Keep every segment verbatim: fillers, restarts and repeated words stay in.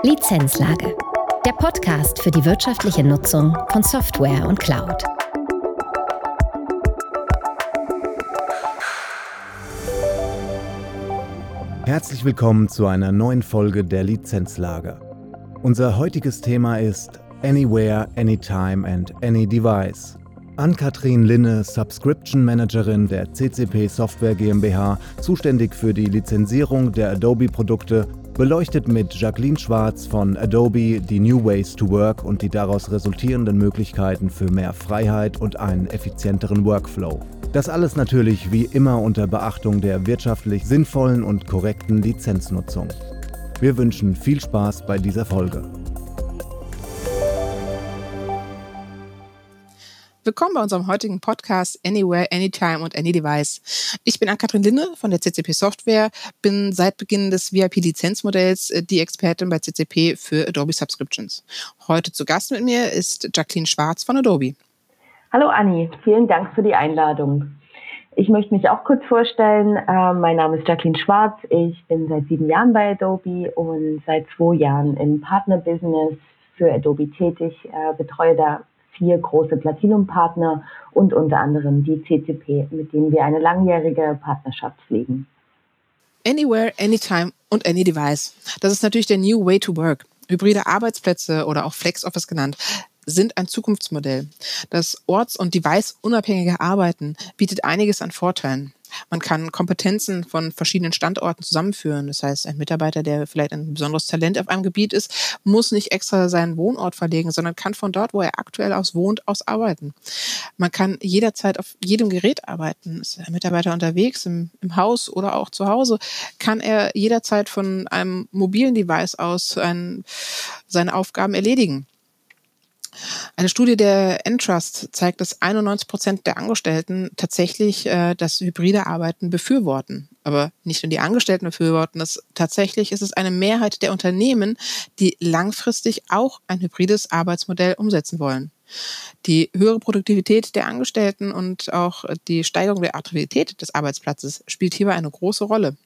Lizenzlage. Der Podcast für die wirtschaftliche Nutzung von Software und Cloud. Herzlich willkommen zu einer neuen Folge der Lizenzlage. Unser heutiges Thema ist Anywhere, Anytime and Any Device. Ann-Kathrin Linne, Subscription Managerin der C C P Software GmbH, zuständig für die Lizenzierung der Adobe-Produkte, beleuchtet mit Jacqueline Schwarz von Adobe die New Ways to Work und die daraus resultierenden Möglichkeiten für mehr Freiheit und einen effizienteren Workflow. Das alles natürlich wie immer unter Beachtung der wirtschaftlich sinnvollen und korrekten Lizenznutzung. Wir wünschen viel Spaß bei dieser Folge. Willkommen bei unserem heutigen Podcast Anywhere, Anytime und Any Device. Ich bin Ann-Kathrin Linne von der C C P Software, bin seit Beginn des V I P-Lizenzmodells die Expertin bei C C P für Adobe Subscriptions. Heute zu Gast mit mir ist Jacqueline Schwarz von Adobe. Hallo Anni, vielen Dank für die Einladung. Ich möchte mich auch kurz vorstellen. Äh, mein Name ist Jacqueline Schwarz. Ich bin seit sieben Jahren bei Adobe und seit zwei Jahren im Partnerbusiness für Adobe tätig, äh, betreue da vier große Platinum-Partner und unter anderem die C C P, mit denen wir eine langjährige Partnerschaft pflegen. Anywhere, Anytime und Any Device. Das ist natürlich der New Way to Work. Hybride Arbeitsplätze oder auch FlexOffice genannt sind ein Zukunftsmodell. Das orts- und device-unabhängige Arbeiten bietet einiges an Vorteilen. Man kann Kompetenzen von verschiedenen Standorten zusammenführen. Das heißt, ein Mitarbeiter, der vielleicht ein besonderes Talent auf einem Gebiet ist, muss nicht extra seinen Wohnort verlegen, sondern kann von dort, wo er aktuell aus wohnt, aus arbeiten. Man kann jederzeit auf jedem Gerät arbeiten. Ist ein Mitarbeiter unterwegs im, im Haus oder auch zu Hause, kann er jederzeit von einem mobilen Device aus ein, seine Aufgaben erledigen. Eine Studie der Entrust zeigt, dass einundneunzig Prozent der Angestellten tatsächlich äh, das hybride Arbeiten befürworten. Aber nicht nur die Angestellten befürworten das. Tatsächlich ist es eine Mehrheit der Unternehmen, die langfristig auch ein hybrides Arbeitsmodell umsetzen wollen. Die höhere Produktivität der Angestellten und auch die Steigerung der Attraktivität des Arbeitsplatzes spielt hierbei eine große Rolle.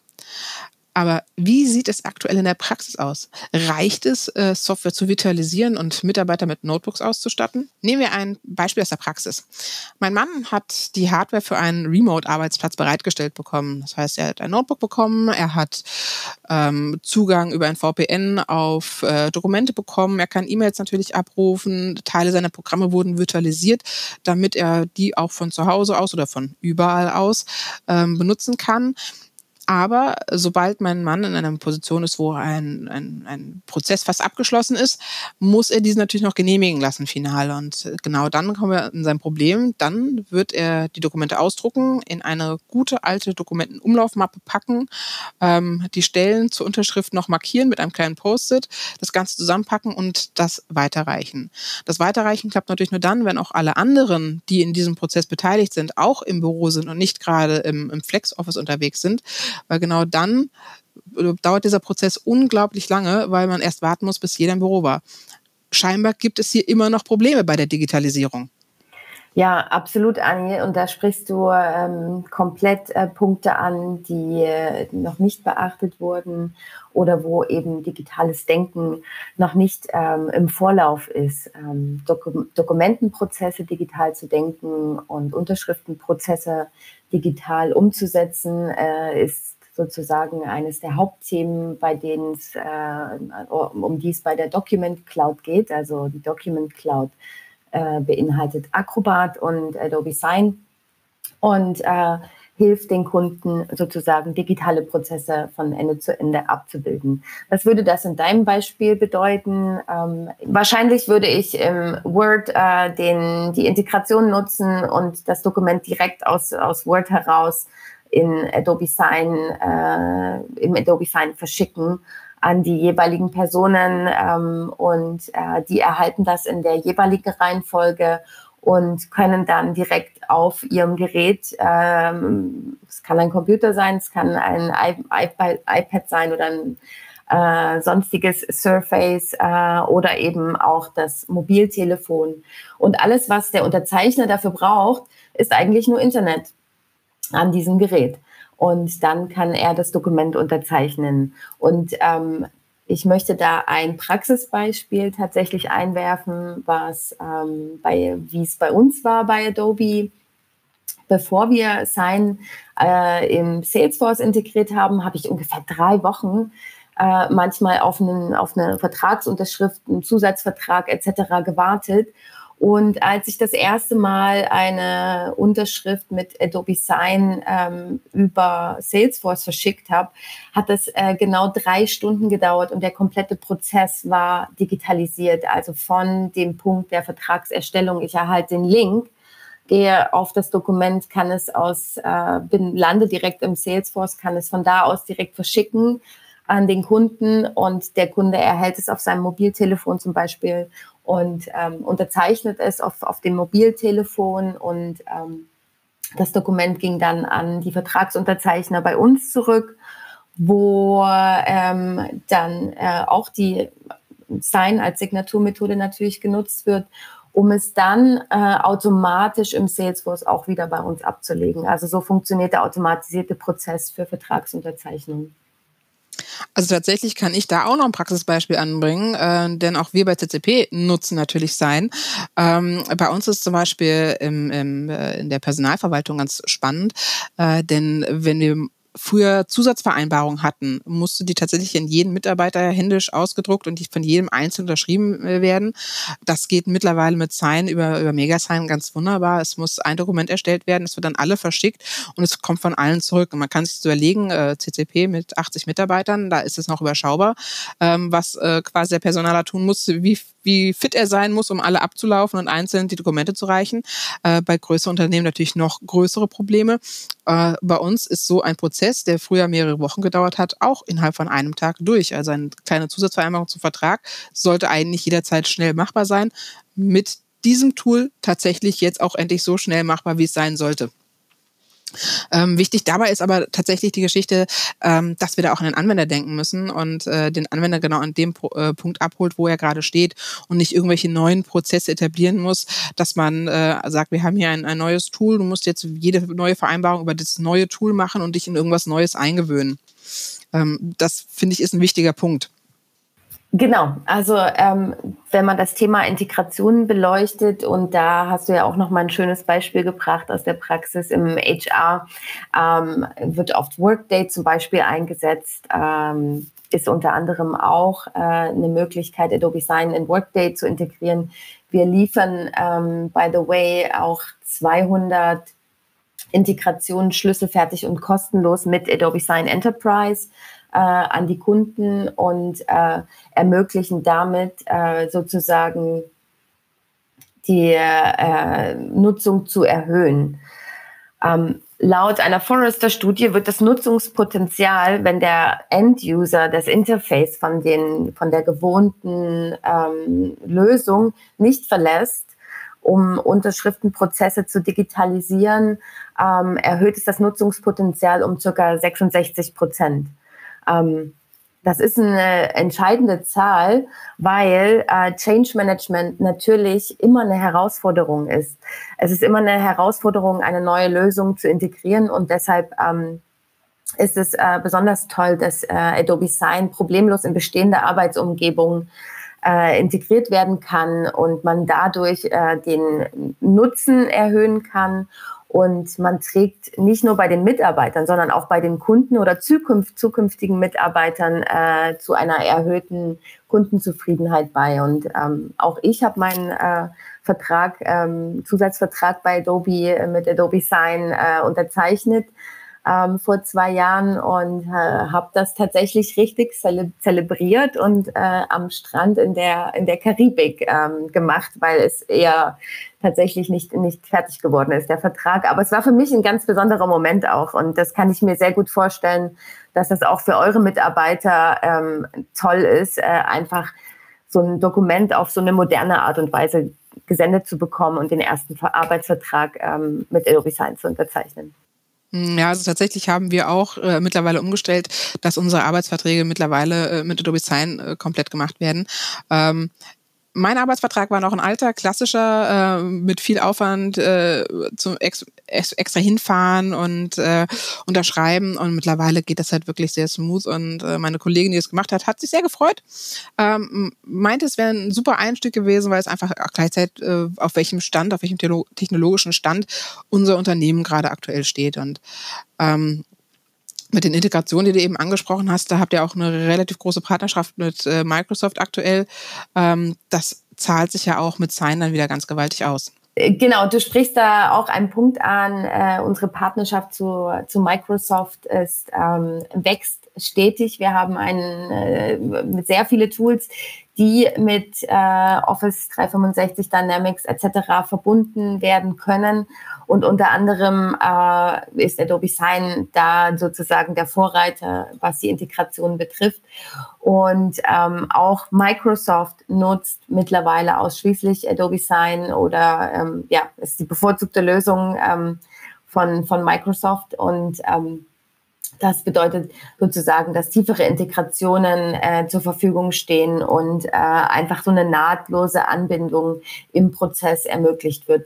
Aber wie sieht es aktuell in der Praxis aus? Reicht es, äh, Software zu virtualisieren und Mitarbeiter mit Notebooks auszustatten? Nehmen wir ein Beispiel aus der Praxis. Mein Mann hat die Hardware für einen Remote-Arbeitsplatz bereitgestellt bekommen. Das heißt, er hat ein Notebook bekommen, er hat ähm, Zugang über ein V P N auf äh, Dokumente bekommen, er kann E-Mails natürlich abrufen, Teile seiner Programme wurden virtualisiert, damit er die auch von zu Hause aus oder von überall aus ähm, benutzen kann. Aber sobald mein Mann in einer Position ist, wo ein, ein, ein Prozess fast abgeschlossen ist, muss er diesen natürlich noch genehmigen lassen, final. Und genau dann kommen wir in sein Problem. Dann wird er die Dokumente ausdrucken, in eine gute alte Dokumentenumlaufmappe packen, ähm, die Stellen zur Unterschrift noch markieren mit einem kleinen Post-it, das Ganze zusammenpacken und das weiterreichen. Das Weiterreichen klappt natürlich nur dann, wenn auch alle anderen, die in diesem Prozess beteiligt sind, auch im Büro sind und nicht gerade im, im Flex-Office unterwegs sind. Weil genau dann dauert dieser Prozess unglaublich lange, weil man erst warten muss, bis jeder im Büro war. Scheinbar gibt es hier immer noch Probleme bei der Digitalisierung. Ja, absolut, Anni. Und da sprichst du ähm, komplett äh, Punkte an, die äh, noch nicht beachtet wurden oder wo eben digitales Denken noch nicht ähm, im Vorlauf ist. Ähm, Doku- Dokumentenprozesse digital zu denken und Unterschriftenprozesse digital umzusetzen, äh, ist sozusagen eines der Hauptthemen, bei denen es, äh, um die es bei der Document Cloud geht. Also die Document Cloud äh, beinhaltet Acrobat und Adobe Sign und äh, hilft den Kunden sozusagen digitale Prozesse von Ende zu Ende abzubilden. Was würde das in deinem Beispiel bedeuten? Ähm, wahrscheinlich würde ich im Word äh, den, die Integration nutzen und das Dokument direkt aus, aus Word heraus in Adobe Sign, äh, im Adobe Sign verschicken an die jeweiligen Personen ähm, und äh, die erhalten das in der jeweiligen Reihenfolge und können dann direkt auf ihrem Gerät, ähm, es kann ein Computer sein, es kann ein iPad, iPad sein oder ein äh, sonstiges Surface äh, oder eben auch das Mobiltelefon. Und alles, was der Unterzeichner dafür braucht, ist eigentlich nur Internet an diesem Gerät. Und dann kann er das Dokument unterzeichnen. Und ähm, Ich möchte da ein Praxisbeispiel tatsächlich einwerfen, was ähm, bei, wie es bei uns war bei Adobe. Bevor wir Sign äh, im Salesforce integriert haben, habe ich ungefähr drei Wochen äh, manchmal auf, einen, auf eine Vertragsunterschrift, einen Zusatzvertrag et cetera gewartet. Und als ich das erste Mal eine Unterschrift mit Adobe Sign ähm, über Salesforce verschickt habe, hat das äh, genau drei Stunden gedauert und der komplette Prozess war digitalisiert. Also von dem Punkt der Vertragserstellung, ich erhalte den Link, gehe auf das Dokument, kann es aus, äh, bin, lande direkt im Salesforce, kann es von da aus direkt verschicken an den Kunden und der Kunde erhält es auf seinem Mobiltelefon zum Beispiel und ähm, unterzeichnet es auf, auf dem Mobiltelefon und ähm, das Dokument ging dann an die Vertragsunterzeichner bei uns zurück, wo ähm, dann äh, auch die Sign als Signaturmethode natürlich genutzt wird, um es dann äh, automatisch im Salesforce auch wieder bei uns abzulegen. Also so funktioniert der automatisierte Prozess für Vertragsunterzeichnung. Also tatsächlich kann ich da auch noch ein Praxisbeispiel anbringen, äh, denn auch wir bei C C P nutzen natürlich Sign. Ähm, bei uns ist zum Beispiel im, im, äh, in der Personalverwaltung ganz spannend, äh, denn wenn wir früher Zusatzvereinbarungen hatten, musste die tatsächlich in jeden Mitarbeiter händisch ausgedruckt und die von jedem einzeln unterschrieben werden. Das geht mittlerweile mit Sign über, über Megasign ganz wunderbar. Es muss ein Dokument erstellt werden, es wird dann alle verschickt und es kommt von allen zurück. Und man kann sich so überlegen, äh, C C P mit achtzig Mitarbeitern, da ist es noch überschaubar, ähm, was äh, quasi der Personaler tun muss, wie wie fit er sein muss, um alle abzulaufen und einzeln die Dokumente zu reichen. Äh, bei größeren Unternehmen natürlich noch größere Probleme. Äh, bei uns ist so ein Prozess, der früher mehrere Wochen gedauert hat, auch innerhalb von einem Tag durch. Also eine kleine Zusatzvereinbarung zum Vertrag sollte eigentlich jederzeit schnell machbar sein. Mit diesem Tool tatsächlich jetzt auch endlich so schnell machbar, wie es sein sollte. Ähm, wichtig dabei ist aber tatsächlich die Geschichte, ähm, dass wir da auch an den Anwender denken müssen und äh, den Anwender genau an dem Pro- äh, Punkt abholt, wo er gerade steht und nicht irgendwelche neuen Prozesse etablieren muss, dass man äh, sagt, wir haben hier ein, ein neues Tool, du musst jetzt jede neue Vereinbarung über das neue Tool machen und dich in irgendwas Neues eingewöhnen. Ähm, das, finde ich, ist ein wichtiger Punkt. Genau, also ähm, wenn man das Thema Integration beleuchtet und da hast du ja auch noch mal ein schönes Beispiel gebracht aus der Praxis im H R, ähm, wird oft Workday zum Beispiel eingesetzt, ähm, ist unter anderem auch äh, eine Möglichkeit, Adobe Sign in Workday zu integrieren. Wir liefern, ähm, by the way, auch zweihundert Integrationen schlüsselfertig und kostenlos mit Adobe Sign Enterprise äh, an die Kunden und äh, ermöglichen damit äh, sozusagen die äh, Nutzung zu erhöhen. Ähm, laut einer Forrester-Studie wird das Nutzungspotenzial, wenn der End-User das Interface von, den, von der gewohnten ähm, Lösung nicht verlässt, um Unterschriftenprozesse zu digitalisieren, ähm, erhöht es das Nutzungspotenzial um ca. sechsundsechzig Prozent. Ähm, das ist eine entscheidende Zahl, weil äh, Change Management natürlich immer eine Herausforderung ist. Es ist immer eine Herausforderung, eine neue Lösung zu integrieren und deshalb ähm, ist es äh, besonders toll, dass äh, Adobe Sign problemlos in bestehende Arbeitsumgebungen Äh, integriert werden kann und man dadurch äh, den Nutzen erhöhen kann und man trägt nicht nur bei den Mitarbeitern, sondern auch bei den Kunden oder zukünft, zukünftigen Mitarbeitern äh, zu einer erhöhten Kundenzufriedenheit bei. Und ähm, auch ich habe meinen äh, Vertrag, ähm, Zusatzvertrag bei Adobe äh, mit Adobe Sign äh, unterzeichnet Ähm, vor zwei Jahren und äh, habe das tatsächlich richtig zele- zelebriert und äh, am Strand in der in der Karibik ähm, gemacht, weil es eher tatsächlich nicht nicht fertig geworden ist, der Vertrag. Aber es war für mich ein ganz besonderer Moment auch und das kann ich mir sehr gut vorstellen, dass das auch für eure Mitarbeiter ähm, toll ist, äh, einfach so ein Dokument auf so eine moderne Art und Weise gesendet zu bekommen und den ersten Arbeitsvertrag ähm, mit Adobe Sign zu unterzeichnen. Ja, also tatsächlich haben wir auch äh, mittlerweile umgestellt, dass unsere Arbeitsverträge mittlerweile äh, mit Adobe Sign äh, komplett gemacht werden. Ähm, Mein Arbeitsvertrag war noch ein alter, klassischer, äh, mit viel Aufwand äh, zum Ex- extra hinfahren und äh, unterschreiben. Und mittlerweile geht das halt wirklich sehr smooth. Und äh, meine Kollegin, die es gemacht hat, hat sich sehr gefreut. Ähm, meinte, es wäre ein super Einstieg gewesen, weil es einfach auch gleichzeitig äh, auf welchem Stand, auf welchem technologischen Stand unser Unternehmen gerade aktuell steht. Und ähm, mit den Integrationen, die du eben angesprochen hast, da habt ihr auch eine relativ große Partnerschaft mit äh, Microsoft aktuell. Ähm, das zahlt sich ja auch mit Sign dann wieder ganz gewaltig aus. Genau, du sprichst da auch einen Punkt an. Äh, unsere Partnerschaft zu, zu Microsoft ist, ähm, wächst stetig. Wir haben einen, äh, sehr viele Tools, die mit äh, Office dreihundertfünfundsechzig, Dynamics et cetera verbunden werden können. Und unter anderem äh, ist Adobe Sign da sozusagen der Vorreiter, was die Integration betrifft. Und ähm, auch Microsoft nutzt mittlerweile ausschließlich Adobe Sign oder ähm, ja, ist die bevorzugte Lösung ähm, von, von Microsoft. Und ähm, das bedeutet sozusagen, dass tiefere Integrationen äh, zur Verfügung stehen und äh, einfach so eine nahtlose Anbindung im Prozess ermöglicht wird.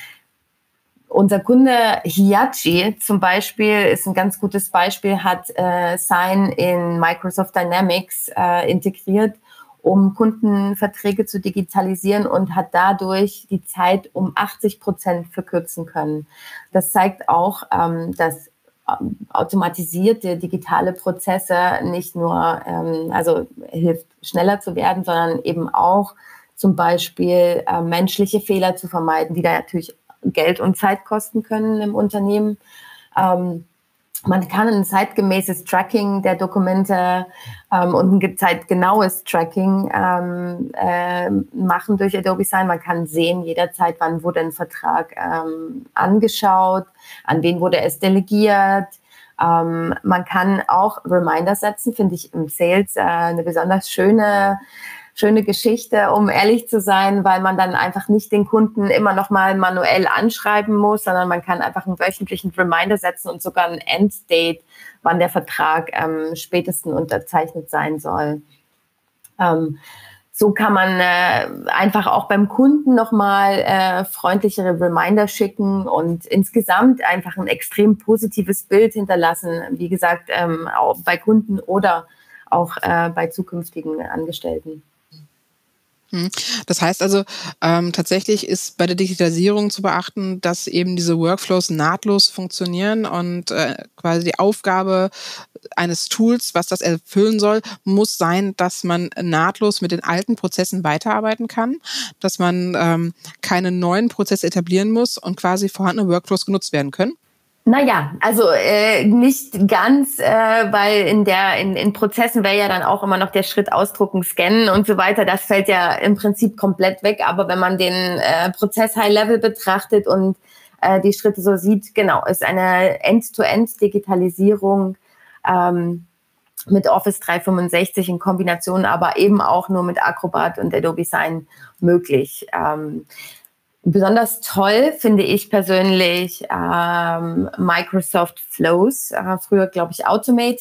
Unser Kunde Hitachi zum Beispiel ist ein ganz gutes Beispiel, hat äh, Sign in Microsoft Dynamics äh, integriert, um Kundenverträge zu digitalisieren und hat dadurch die Zeit um achtzig Prozent verkürzen können. Das zeigt auch, ähm, dass ähm, automatisierte digitale Prozesse nicht nur ähm, also hilft, schneller zu werden, sondern eben auch zum Beispiel äh, menschliche Fehler zu vermeiden, die da natürlich Geld und Zeit kosten können im Unternehmen. Ähm, man kann ein zeitgemäßes Tracking der Dokumente ähm, und ein zeitgenaues Tracking ähm, äh, machen durch Adobe Sign. Man kann sehen jederzeit, wann wurde ein Vertrag ähm, angeschaut, an wen wurde es delegiert. Ähm, man kann auch Reminder setzen, finde ich im Sales äh, eine besonders schöne Schöne Geschichte, um ehrlich zu sein, weil man dann einfach nicht den Kunden immer noch mal manuell anschreiben muss, sondern man kann einfach einen wöchentlichen Reminder setzen und sogar ein Enddate, wann der Vertrag ähm, spätestens unterzeichnet sein soll. Ähm, so kann man äh, einfach auch beim Kunden noch mal äh, freundlichere Reminder schicken und insgesamt einfach ein extrem positives Bild hinterlassen, wie gesagt, ähm, auch bei Kunden oder auch äh, bei zukünftigen Angestellten. Das heißt also, ähm, tatsächlich ist bei der Digitalisierung zu beachten, dass eben diese Workflows nahtlos funktionieren und äh, quasi die Aufgabe eines Tools, was das erfüllen soll, muss sein, dass man nahtlos mit den alten Prozessen weiterarbeiten kann, dass man ähm, keine neuen Prozesse etablieren muss und quasi vorhandene Workflows genutzt werden können. Naja, also äh, nicht ganz, äh, weil in der in, in Prozessen wäre ja dann auch immer noch der Schritt ausdrucken, scannen und so weiter. Das fällt ja im Prinzip komplett weg. Aber wenn man den äh, Prozess High-Level betrachtet und äh, die Schritte so sieht, genau, ist eine End-to-End-Digitalisierung ähm, mit Office dreihundertfünfundsechzig in Kombination, aber eben auch nur mit Acrobat und Adobe Sign möglich. Ähm, Besonders toll finde ich persönlich ähm, Microsoft Flows, äh, früher glaube ich Automate.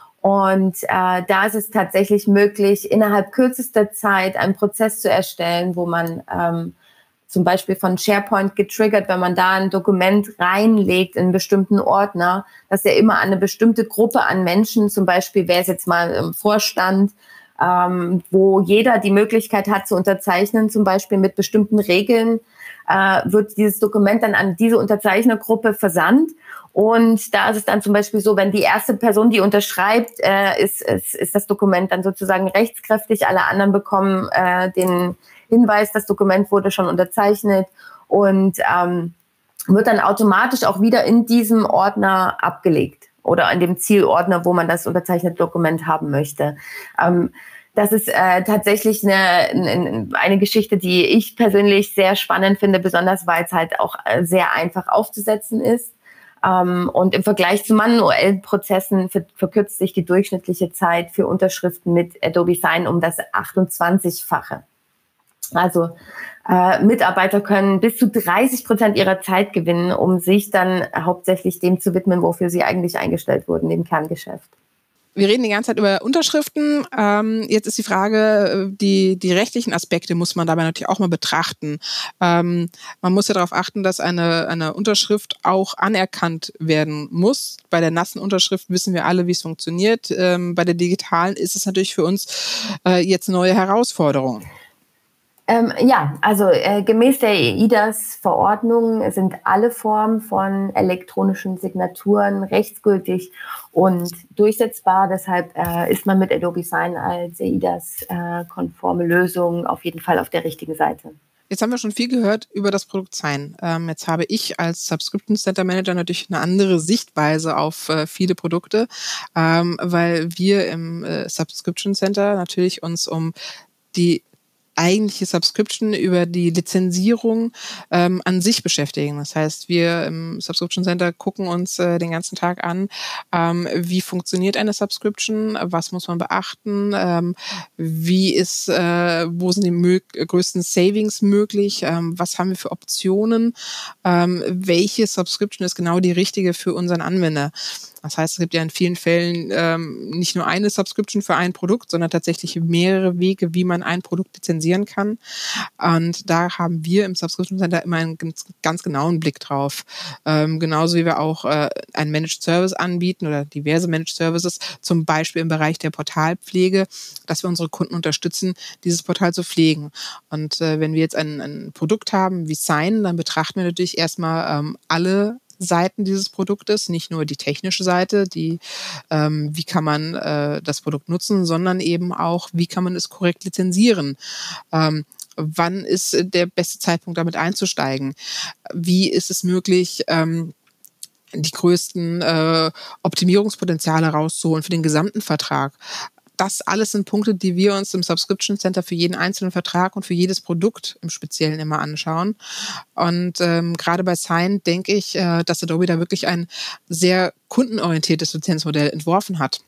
Und äh, da ist es tatsächlich möglich, innerhalb kürzester Zeit einen Prozess zu erstellen, wo man ähm, zum Beispiel von SharePoint getriggert, wenn man da ein Dokument reinlegt in einen bestimmten Ordner, dass er immer an eine bestimmte Gruppe an Menschen, zum Beispiel wäre es jetzt mal im Vorstand, ähm, wo jeder die Möglichkeit hat zu unterzeichnen, zum Beispiel mit bestimmten Regeln, äh, wird dieses Dokument dann an diese Unterzeichnergruppe versandt. Und da ist es dann zum Beispiel so, wenn die erste Person, die unterschreibt, äh, ist, ist, ist das Dokument dann sozusagen rechtskräftig. Alle anderen bekommen äh, den Hinweis, das Dokument wurde schon unterzeichnet und ähm, wird dann automatisch auch wieder in diesem Ordner abgelegt oder in dem Zielordner, wo man das unterzeichnete Dokument haben möchte. Ähm, das ist äh, tatsächlich eine, eine, eine Geschichte, die ich persönlich sehr spannend finde, besonders weil es halt auch sehr einfach aufzusetzen ist. Um, und im Vergleich zu manuellen Prozessen ver- verkürzt sich die durchschnittliche Zeit für Unterschriften mit Adobe Sign um das achtundzwanzigfache. Also äh, Mitarbeiter können bis zu dreißig Prozent ihrer Zeit gewinnen, um sich dann hauptsächlich dem zu widmen, wofür sie eigentlich eingestellt wurden, dem Kerngeschäft. Wir reden die ganze Zeit über Unterschriften. Ähm, jetzt ist die Frage, die, die rechtlichen Aspekte muss man dabei natürlich auch mal betrachten. Ähm, man muss ja darauf achten, dass eine, eine Unterschrift auch anerkannt werden muss. Bei der nassen Unterschrift wissen wir alle, wie es funktioniert. Ähm, bei der digitalen ist es natürlich für uns äh, jetzt eine neue Herausforderung. Ähm, ja, also äh, gemäß der E I D A S-Verordnung sind alle Formen von elektronischen Signaturen rechtsgültig und durchsetzbar. Deshalb äh, ist man mit Adobe Sign als E I D A S-konforme äh, Lösung auf jeden Fall auf der richtigen Seite. Jetzt haben wir schon viel gehört über das Produkt Sign. Ähm, jetzt habe ich als Subscription Center Manager natürlich eine andere Sichtweise auf äh, viele Produkte, ähm, weil wir im äh, Subscription Center natürlich uns um die eigentliche Subscription über die Lizenzierung ähm, an sich beschäftigen. Das heißt, wir im Subscription Center gucken uns äh, den ganzen Tag an, ähm, wie funktioniert eine Subscription, was muss man beachten, ähm, wie ist, äh, wo sind die mö- größten Savings möglich, ähm, was haben wir für Optionen, ähm, welche Subscription ist genau die richtige für unseren Anwender. Das heißt, es gibt ja in vielen Fällen ähm, nicht nur eine Subscription für ein Produkt, sondern tatsächlich mehrere Wege, wie man ein Produkt lizenzieren kann. Und da haben wir im Subscription Center immer einen ganz, ganz genauen Blick drauf. Ähm, genauso wie wir auch äh, einen Managed Service anbieten oder diverse Managed Services, zum Beispiel im Bereich der Portalpflege, dass wir unsere Kunden unterstützen, dieses Portal zu pflegen. Und äh, wenn wir jetzt ein, ein Produkt haben wie Sign, dann betrachten wir natürlich erstmal ähm, alle Seiten dieses Produktes, nicht nur die technische Seite, die ähm, wie kann man äh, das Produkt nutzen, sondern eben auch, wie kann man es korrekt lizenzieren. Ähm, wann ist der beste Zeitpunkt, damit einzusteigen? Wie ist es möglich, ähm, die größten äh, Optimierungspotenziale rauszuholen für den gesamten Vertrag? Das alles sind Punkte, die wir uns im Subscription Center für jeden einzelnen Vertrag und für jedes Produkt im Speziellen immer anschauen. Und ähm, gerade bei Sign denke ich, äh, dass Adobe da wirklich ein sehr kundenorientiertes Lizenzmodell entworfen hat.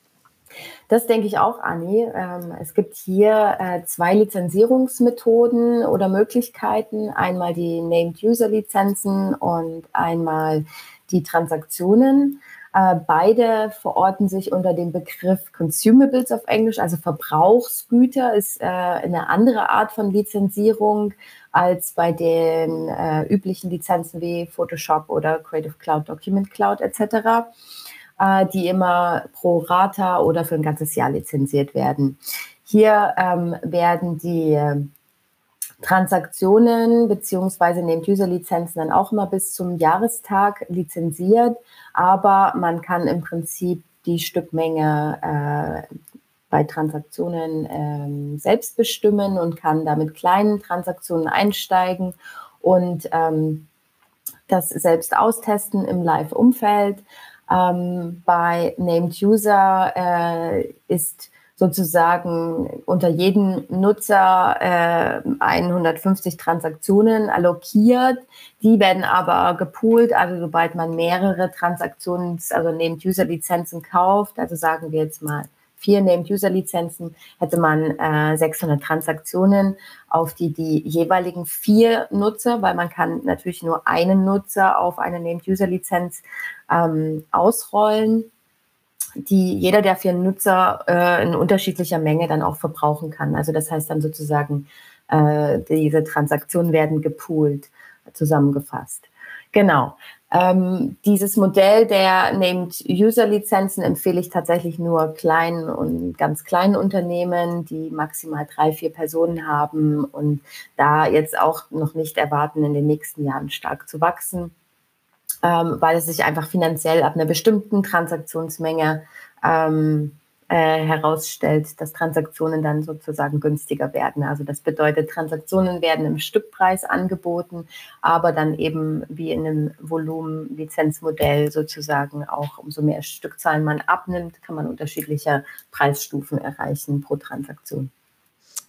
Das denke ich auch, Anni. Ähm, es gibt hier äh, zwei Lizenzierungsmethoden oder Möglichkeiten. Einmal die Named-User-Lizenzen und einmal die Transaktionen. Äh, beide verorten sich unter dem Begriff Consumables auf Englisch, also Verbrauchsgüter ist äh, eine andere Art von Lizenzierung als bei den äh, üblichen Lizenzen wie Photoshop oder Creative Cloud, Document Cloud et cetera, äh, die immer pro Rata oder für ein ganzes Jahr lizenziert werden. Hier ähm, werden die äh, Transaktionen beziehungsweise Named-User-Lizenzen dann auch immer bis zum Jahrestag lizenziert, aber man kann im Prinzip die Stückmenge äh, bei Transaktionen ähm, selbst bestimmen und kann da mit kleinen Transaktionen einsteigen und ähm, das selbst austesten im Live-Umfeld. Ähm, bei Named-User äh, ist sozusagen unter jeden Nutzer äh, hundertfünfzig Transaktionen allokiert. Die werden aber gepoolt, also sobald man mehrere Transaktionen, also Named-User-Lizenzen kauft, also sagen wir jetzt mal vier Named-User-Lizenzen, hätte man äh, sechshundert Transaktionen, auf die die jeweiligen vier Nutzer, weil man kann natürlich nur einen Nutzer auf eine Named-User-Lizenz ähm, ausrollen, die jeder der vier Nutzer äh, in unterschiedlicher Menge dann auch verbrauchen kann. Also das heißt dann sozusagen, äh, diese Transaktionen werden gepoolt, zusammengefasst. Genau. Ähm, dieses Modell der Named-User-Lizenzen empfehle ich tatsächlich nur kleinen und ganz kleinen Unternehmen, die maximal drei, vier Personen haben und da jetzt auch noch nicht erwarten, in den nächsten Jahren stark zu wachsen. Ähm, weil es sich einfach finanziell ab einer bestimmten Transaktionsmenge ähm, äh, herausstellt, dass Transaktionen dann sozusagen günstiger werden. Also das bedeutet, Transaktionen werden im Stückpreis angeboten, aber dann eben wie in einem Volumen-Lizenzmodell sozusagen auch, umso mehr Stückzahlen man abnimmt, kann man unterschiedliche Preisstufen erreichen pro Transaktion.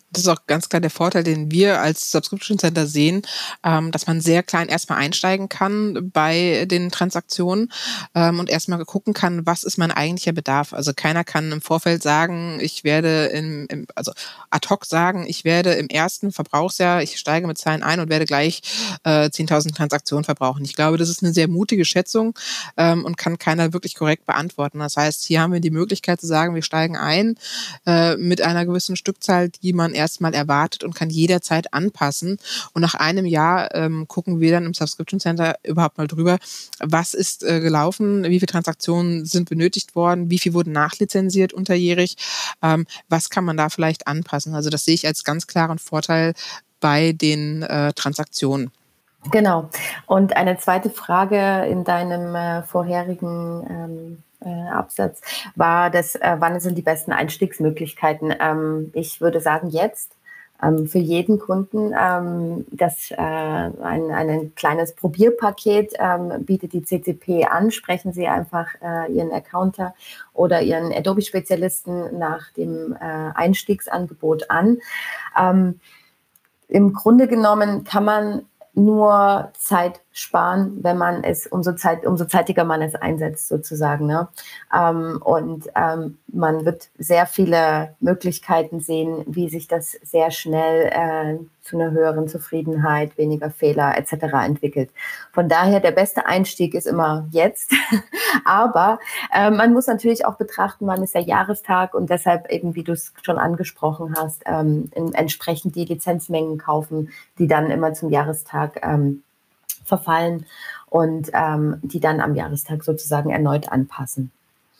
Das ist auch ganz klar der Vorteil, den wir als Subscription Center sehen, ähm, dass man sehr klein erstmal einsteigen kann bei den Transaktionen ähm, und erstmal gucken kann, was ist mein eigentlicher Bedarf. Also keiner kann im Vorfeld sagen, ich werde im, im also ad hoc sagen, ich werde im ersten Verbrauchsjahr, ich steige mit Zahlen ein und werde gleich äh, zehntausend Transaktionen verbrauchen. Ich glaube, das ist eine sehr mutige Schätzung ähm, und kann keiner wirklich korrekt beantworten. Das heißt, hier haben wir die Möglichkeit zu sagen, wir steigen ein äh, mit einer gewissen Stückzahl, die man erstmal erwartet und kann jederzeit anpassen. Und nach einem Jahr ähm, gucken wir dann im Subscription Center überhaupt mal drüber, was ist äh, gelaufen, wie viele Transaktionen sind benötigt worden, wie viel wurden nachlizenziert unterjährig, ähm, was kann man da vielleicht anpassen. Also das sehe ich als ganz klaren Vorteil bei den äh, Transaktionen. Genau. Und eine zweite Frage in deinem äh, vorherigen ähm Äh, Absatz war das, äh, wann sind die besten Einstiegsmöglichkeiten? Ähm, ich würde sagen jetzt ähm, für jeden Kunden. Ähm, das äh, ein, ein kleines Probierpaket ähm, bietet die C C P an. Sprechen Sie einfach äh, Ihren Accounter oder Ihren Adobe-Spezialisten nach dem äh, Einstiegsangebot an. Ähm, Im Grunde genommen kann man nur Zeit sparen, wenn man es, umso Zeit, umso zeitiger man es einsetzt sozusagen. Ne? Ähm, und ähm, man wird sehr viele Möglichkeiten sehen, wie sich das sehr schnell äh, zu einer höheren Zufriedenheit, weniger Fehler et cetera entwickelt. Von daher, der beste Einstieg ist immer jetzt. Aber äh, man muss natürlich auch betrachten, wann ist der Jahrestag und deshalb eben, wie du es schon angesprochen hast, ähm, in, entsprechend die Lizenzmengen kaufen, die dann immer zum Jahrestag ähm, verfallen und ähm, die dann am Jahrestag sozusagen erneut anpassen.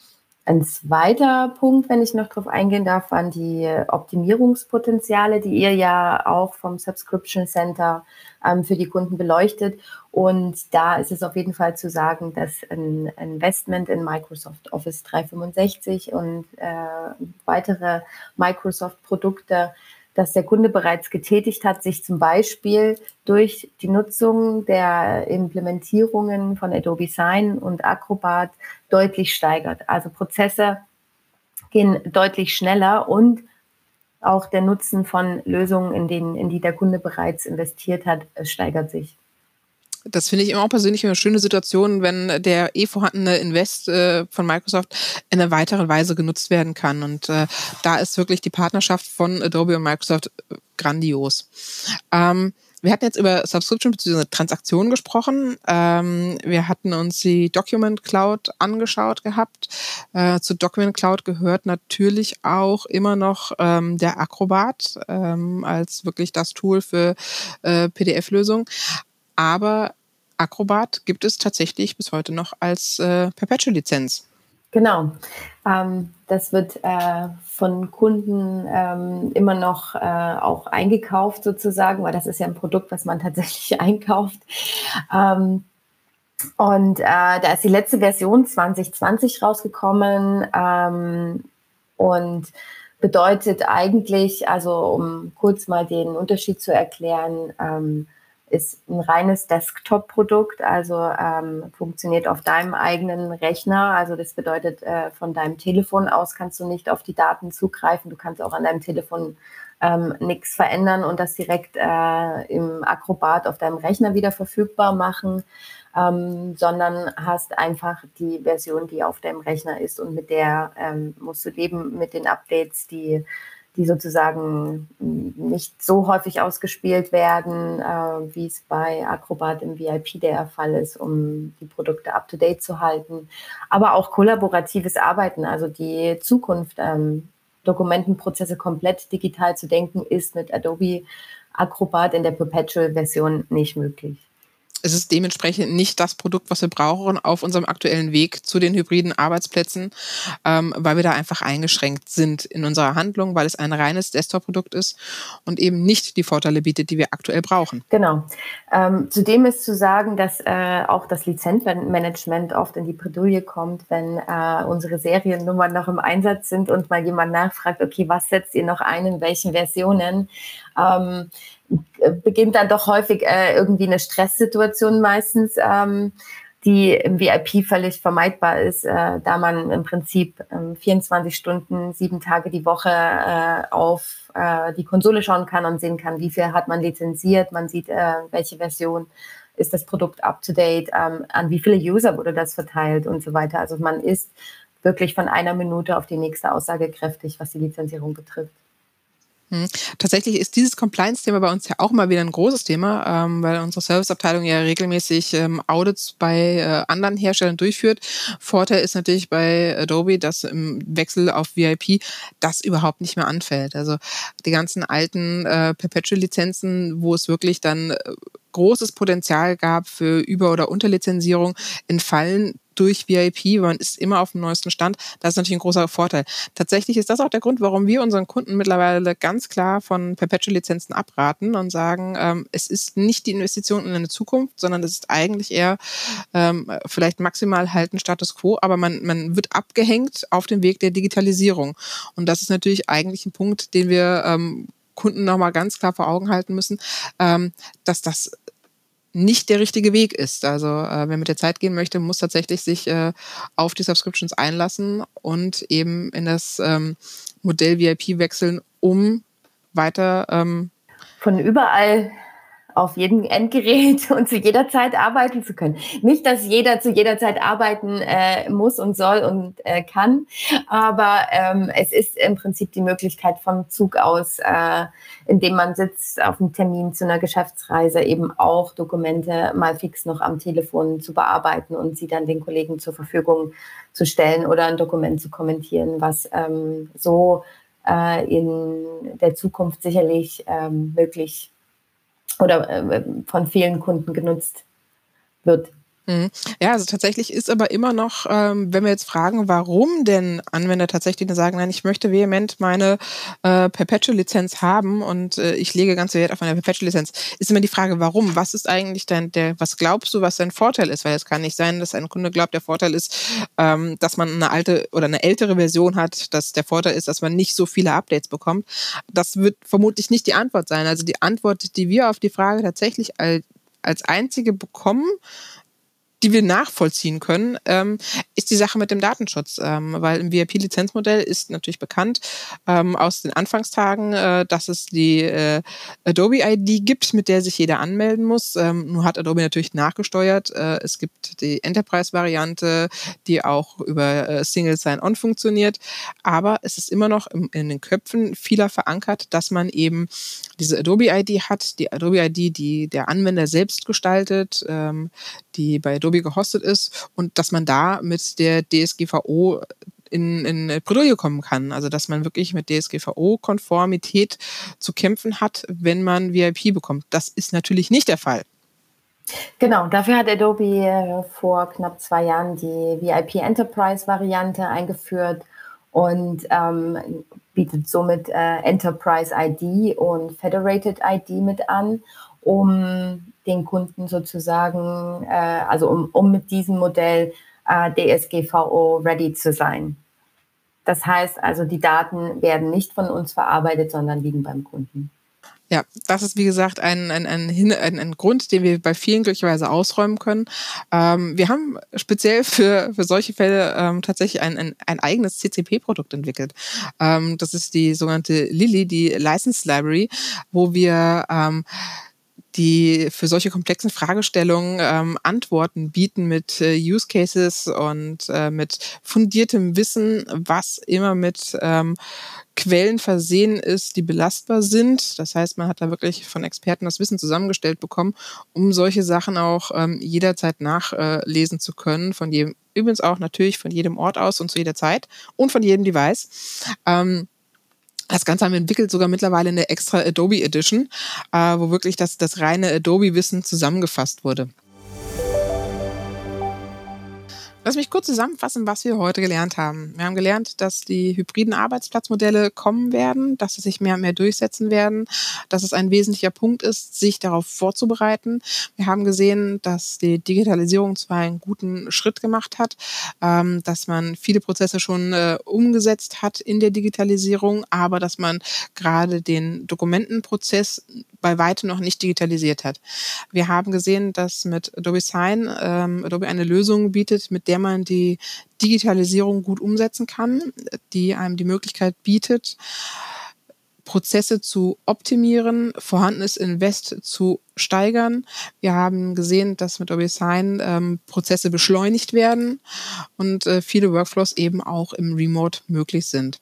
Ein zweiter Punkt, wenn ich noch darauf eingehen darf, waren die Optimierungspotenziale, die ihr ja auch vom Subscription Center ähm, für die Kunden beleuchtet. Und da ist es auf jeden Fall zu sagen, dass ein Investment in Microsoft Office dreihundertfünfundsechzig und äh, weitere Microsoft-Produkte, dass der Kunde bereits getätigt hat, sich zum Beispiel durch die Nutzung der Implementierungen von Adobe Sign und Acrobat deutlich steigert. Also Prozesse gehen deutlich schneller und auch der Nutzen von Lösungen, in denen, in die der Kunde bereits investiert hat, steigert sich. Das finde ich immer auch persönlich eine schöne Situation, wenn der eh vorhandene Invest äh, von Microsoft in einer weiteren Weise genutzt werden kann. Und äh, da ist wirklich die Partnerschaft von Adobe und Microsoft grandios. Ähm, wir hatten jetzt über Subscription bzw. Transaktionen gesprochen. Ähm, wir hatten uns die Document Cloud angeschaut gehabt. Äh, zu Document Cloud gehört natürlich auch immer noch ähm, der Acrobat ähm, als wirklich das Tool für äh, P D F-Lösungen. Aber Acrobat gibt es tatsächlich bis heute noch als äh, Perpetual-Lizenz. Genau. Ähm, das wird äh, von Kunden ähm, immer noch äh, auch eingekauft sozusagen, weil das ist ja ein Produkt, was man tatsächlich einkauft. Ähm, und äh, da ist die letzte Version zwanzig zwanzig rausgekommen ähm, und bedeutet eigentlich, also um kurz mal den Unterschied zu erklären, ähm, ist ein reines Desktop-Produkt, also ähm, funktioniert auf deinem eigenen Rechner. Also das bedeutet, äh, von deinem Telefon aus kannst du nicht auf die Daten zugreifen. Du kannst auch an deinem Telefon ähm, nichts verändern und das direkt äh, im Acrobat auf deinem Rechner wieder verfügbar machen, ähm, sondern hast einfach die Version, die auf deinem Rechner ist und mit der ähm, musst du leben mit den Updates, die die sozusagen nicht so häufig ausgespielt werden, äh, wie es bei Acrobat im V I P der Fall ist, um die Produkte up-to-date zu halten. Aber auch kollaboratives Arbeiten, also die Zukunft, ähm, Dokumentenprozesse komplett digital zu denken, ist mit Adobe Acrobat in der Perpetual-Version nicht möglich. Es ist dementsprechend nicht das Produkt, was wir brauchen auf unserem aktuellen Weg zu den hybriden Arbeitsplätzen, ähm, weil wir da einfach eingeschränkt sind in unserer Handlung, weil es ein reines Desktop-Produkt ist und eben nicht die Vorteile bietet, die wir aktuell brauchen. Genau. Ähm, zudem ist zu sagen, dass äh, auch das Lizenzmanagement oft in die Bredouille kommt, wenn äh, unsere Seriennummern noch im Einsatz sind und mal jemand nachfragt, okay, was setzt ihr noch ein, in welchen Versionen? Ähm, beginnt dann doch häufig äh, irgendwie eine Stresssituation meistens, ähm, die im V I P völlig vermeidbar ist, äh, da man im Prinzip äh, vierundzwanzig Stunden, sieben Tage die Woche äh, auf äh, die Konsole schauen kann und sehen kann, wie viel hat man lizenziert, man sieht, äh, welche Version ist das Produkt up-to-date, ähm, an wie viele User wurde das verteilt und so weiter. Also man ist wirklich von einer Minute auf die nächste aussagekräftig, was die Lizenzierung betrifft. Hm. Tatsächlich ist dieses Compliance-Thema bei uns ja auch mal wieder ein großes Thema, ähm, weil unsere Serviceabteilung ja regelmäßig ähm, Audits bei äh, anderen Herstellern durchführt. Vorteil ist natürlich bei Adobe, dass im Wechsel auf V I P das überhaupt nicht mehr anfällt. Also die ganzen alten äh, Perpetual-Lizenzen, wo es wirklich dann äh, großes Potenzial gab für Über- oder Unterlizenzierung, entfallen durch V I P, man ist immer auf dem neuesten Stand. Das ist natürlich ein großer Vorteil. Tatsächlich ist das auch der Grund, warum wir unseren Kunden mittlerweile ganz klar von Perpetual-Lizenzen abraten und sagen, ähm, es ist nicht die Investition in eine Zukunft, sondern es ist eigentlich eher ähm, vielleicht maximal halt ein Status Quo, aber man, man wird abgehängt auf dem Weg der Digitalisierung. Und das ist natürlich eigentlich ein Punkt, den wir ähm, Kunden nochmal ganz klar vor Augen halten müssen, ähm, dass das nicht der richtige Weg ist. Also äh, wer mit der Zeit gehen möchte, muss tatsächlich sich äh, auf die Subscriptions einlassen und eben in das ähm, Modell V I P wechseln, um weiter ähm, von überall auf jedem Endgerät und zu jeder Zeit arbeiten zu können. Nicht, dass jeder zu jeder Zeit arbeiten äh, muss und soll und äh, kann, aber ähm, es ist im Prinzip die Möglichkeit vom Zug aus, äh, indem man sitzt auf einem Termin zu einer Geschäftsreise, eben auch Dokumente mal fix noch am Telefon zu bearbeiten und sie dann den Kollegen zur Verfügung zu stellen oder ein Dokument zu kommentieren, was ähm, so äh, in der Zukunft sicherlich ähm, möglich oder äh, von vielen Kunden genutzt wird. Ja, also tatsächlich ist aber immer noch, ähm, wenn wir jetzt fragen, warum denn Anwender tatsächlich sagen, nein, ich möchte vehement meine äh, Perpetual-Lizenz haben und äh, ich lege ganz viel Wert auf eine Perpetual-Lizenz, ist immer die Frage, warum? Was ist eigentlich dein, der, was glaubst du, was dein Vorteil ist? Weil es kann nicht sein, dass ein Kunde glaubt, der Vorteil ist, ähm, dass man eine alte oder eine ältere Version hat, dass der Vorteil ist, dass man nicht so viele Updates bekommt. Das wird vermutlich nicht die Antwort sein. Also die Antwort, die wir auf die Frage tatsächlich als, als einzige bekommen, die wir nachvollziehen können, ähm, ist die Sache mit dem Datenschutz. Ähm, weil im V I P-Lizenzmodell ist natürlich bekannt ähm, aus den Anfangstagen, äh, dass es die äh, Adobe-I D gibt, mit der sich jeder anmelden muss. Ähm, nun hat Adobe natürlich nachgesteuert. Äh, es gibt die Enterprise-Variante, die auch über äh, Single Sign-On funktioniert. Aber es ist immer noch im, in den Köpfen vieler verankert, dass man eben diese Adobe-I D hat, die Adobe-I D, die der Anwender selbst gestaltet, ähm, die bei Adobe gehostet ist und dass man da mit der D S G V O in, in Bredouille kommen kann. Also dass man wirklich mit D S G V O-Konformität zu kämpfen hat, wenn man V I P bekommt. Das ist natürlich nicht der Fall. Genau, dafür hat Adobe vor knapp zwei Jahren die V I P Enterprise-Variante eingeführt und ähm, bietet somit äh, Enterprise I D und Federated I D mit an, um den Kunden sozusagen, äh, also um, um mit diesem Modell äh, D S G V O-ready zu sein. Das heißt also, die Daten werden nicht von uns verarbeitet, sondern liegen beim Kunden. Ja, das ist wie gesagt ein, ein, ein, ein, ein Grund, den wir bei vielen glücklicherweise ausräumen können. Ähm, wir haben speziell für, für solche Fälle ähm, tatsächlich ein, ein, ein eigenes C C P-Produkt entwickelt. Ähm, das ist die sogenannte Lily, die License Library, wo wir ähm, die für solche komplexen Fragestellungen ähm, Antworten bieten mit äh, Use Cases und äh, mit fundiertem Wissen, was immer mit ähm, Quellen versehen ist, die belastbar sind. Das heißt, man hat da wirklich von Experten das Wissen zusammengestellt bekommen, um solche Sachen auch ähm, jederzeit nachlesen äh, zu können, von jedem, übrigens auch natürlich von jedem Ort aus und zu jeder Zeit und von jedem Device. Ähm, Das Ganze haben wir entwickelt, sogar mittlerweile in der extra Adobe Edition, äh, wo wirklich das, das reine Adobe-Wissen zusammengefasst wurde. Lass mich kurz zusammenfassen, was wir heute gelernt haben. Wir haben gelernt, dass die hybriden Arbeitsplatzmodelle kommen werden, dass sie sich mehr und mehr durchsetzen werden, dass es ein wesentlicher Punkt ist, sich darauf vorzubereiten. Wir haben gesehen, dass die Digitalisierung zwar einen guten Schritt gemacht hat, ähm, dass man viele Prozesse schon äh, umgesetzt hat in der Digitalisierung, aber dass man gerade den Dokumentenprozess bei weitem noch nicht digitalisiert hat. Wir haben gesehen, dass mit Adobe Sign ähm, Adobe eine Lösung bietet, mit der man die Digitalisierung gut umsetzen kann, die einem die Möglichkeit bietet, Prozesse zu optimieren, vorhandenes Invest zu steigern. Wir haben gesehen, dass mit Adobe Sign ähm, Prozesse beschleunigt werden und äh, viele Workflows eben auch im Remote möglich sind.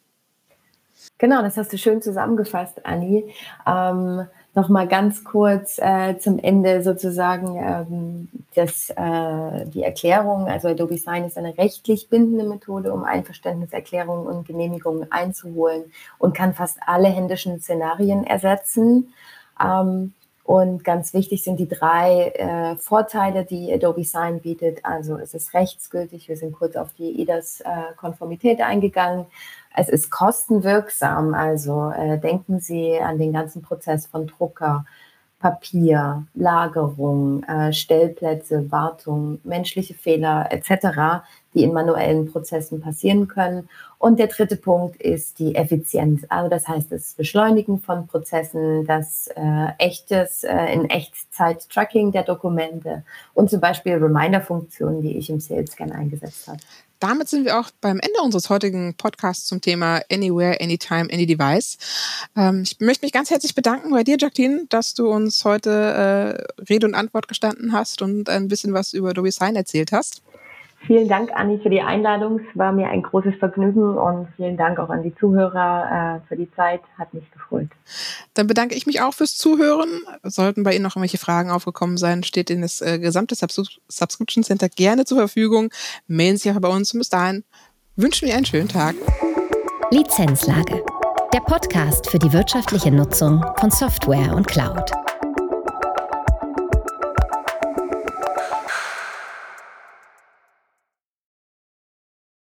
Genau, das hast du schön zusammengefasst, Anni. Ähm, Nochmal ganz kurz äh, zum Ende sozusagen ähm, das, äh, die Erklärung. Also Adobe Sign ist eine rechtlich bindende Methode, um Einverständniserklärungen und Genehmigungen einzuholen und kann fast alle händischen Szenarien ersetzen. Ähm, und ganz wichtig sind die drei äh, Vorteile, die Adobe Sign bietet. Also es ist rechtsgültig, wir sind kurz auf die E D A S-Konformität äh, eingegangen. Es ist kostenwirksam, also äh, denken Sie an den ganzen Prozess von Drucker, Papier, Lagerung, äh, Stellplätze, Wartung, menschliche Fehler et cetera, die in manuellen Prozessen passieren können. Und der dritte Punkt ist die Effizienz. Also das heißt, das Beschleunigen von Prozessen, das äh, echtes, äh, in Echtzeit-Tracking der Dokumente und zum Beispiel Reminder-Funktionen, die ich im Sales Scan eingesetzt habe. Damit sind wir auch beim Ende unseres heutigen Podcasts zum Thema Anywhere, Anytime, Any Device. Ähm, ich möchte mich ganz herzlich bedanken bei dir, Jacqueline, dass du uns heute äh, Rede und Antwort gestanden hast und ein bisschen was über Adobe Sign erzählt hast. Vielen Dank, Anni, für die Einladung. Es war mir ein großes Vergnügen und vielen Dank auch an die Zuhörer äh, für die Zeit. Hat mich gefreut. Dann bedanke ich mich auch fürs Zuhören. Sollten bei Ihnen noch irgendwelche Fragen aufgekommen sein, steht Ihnen das äh, gesamte Subs- Subscription Center gerne zur Verfügung. Melden Sie sich auch bei uns. Und bis dahin wünschen wir einen schönen Tag. Lizenzlage. Der Podcast für die wirtschaftliche Nutzung von Software und Cloud.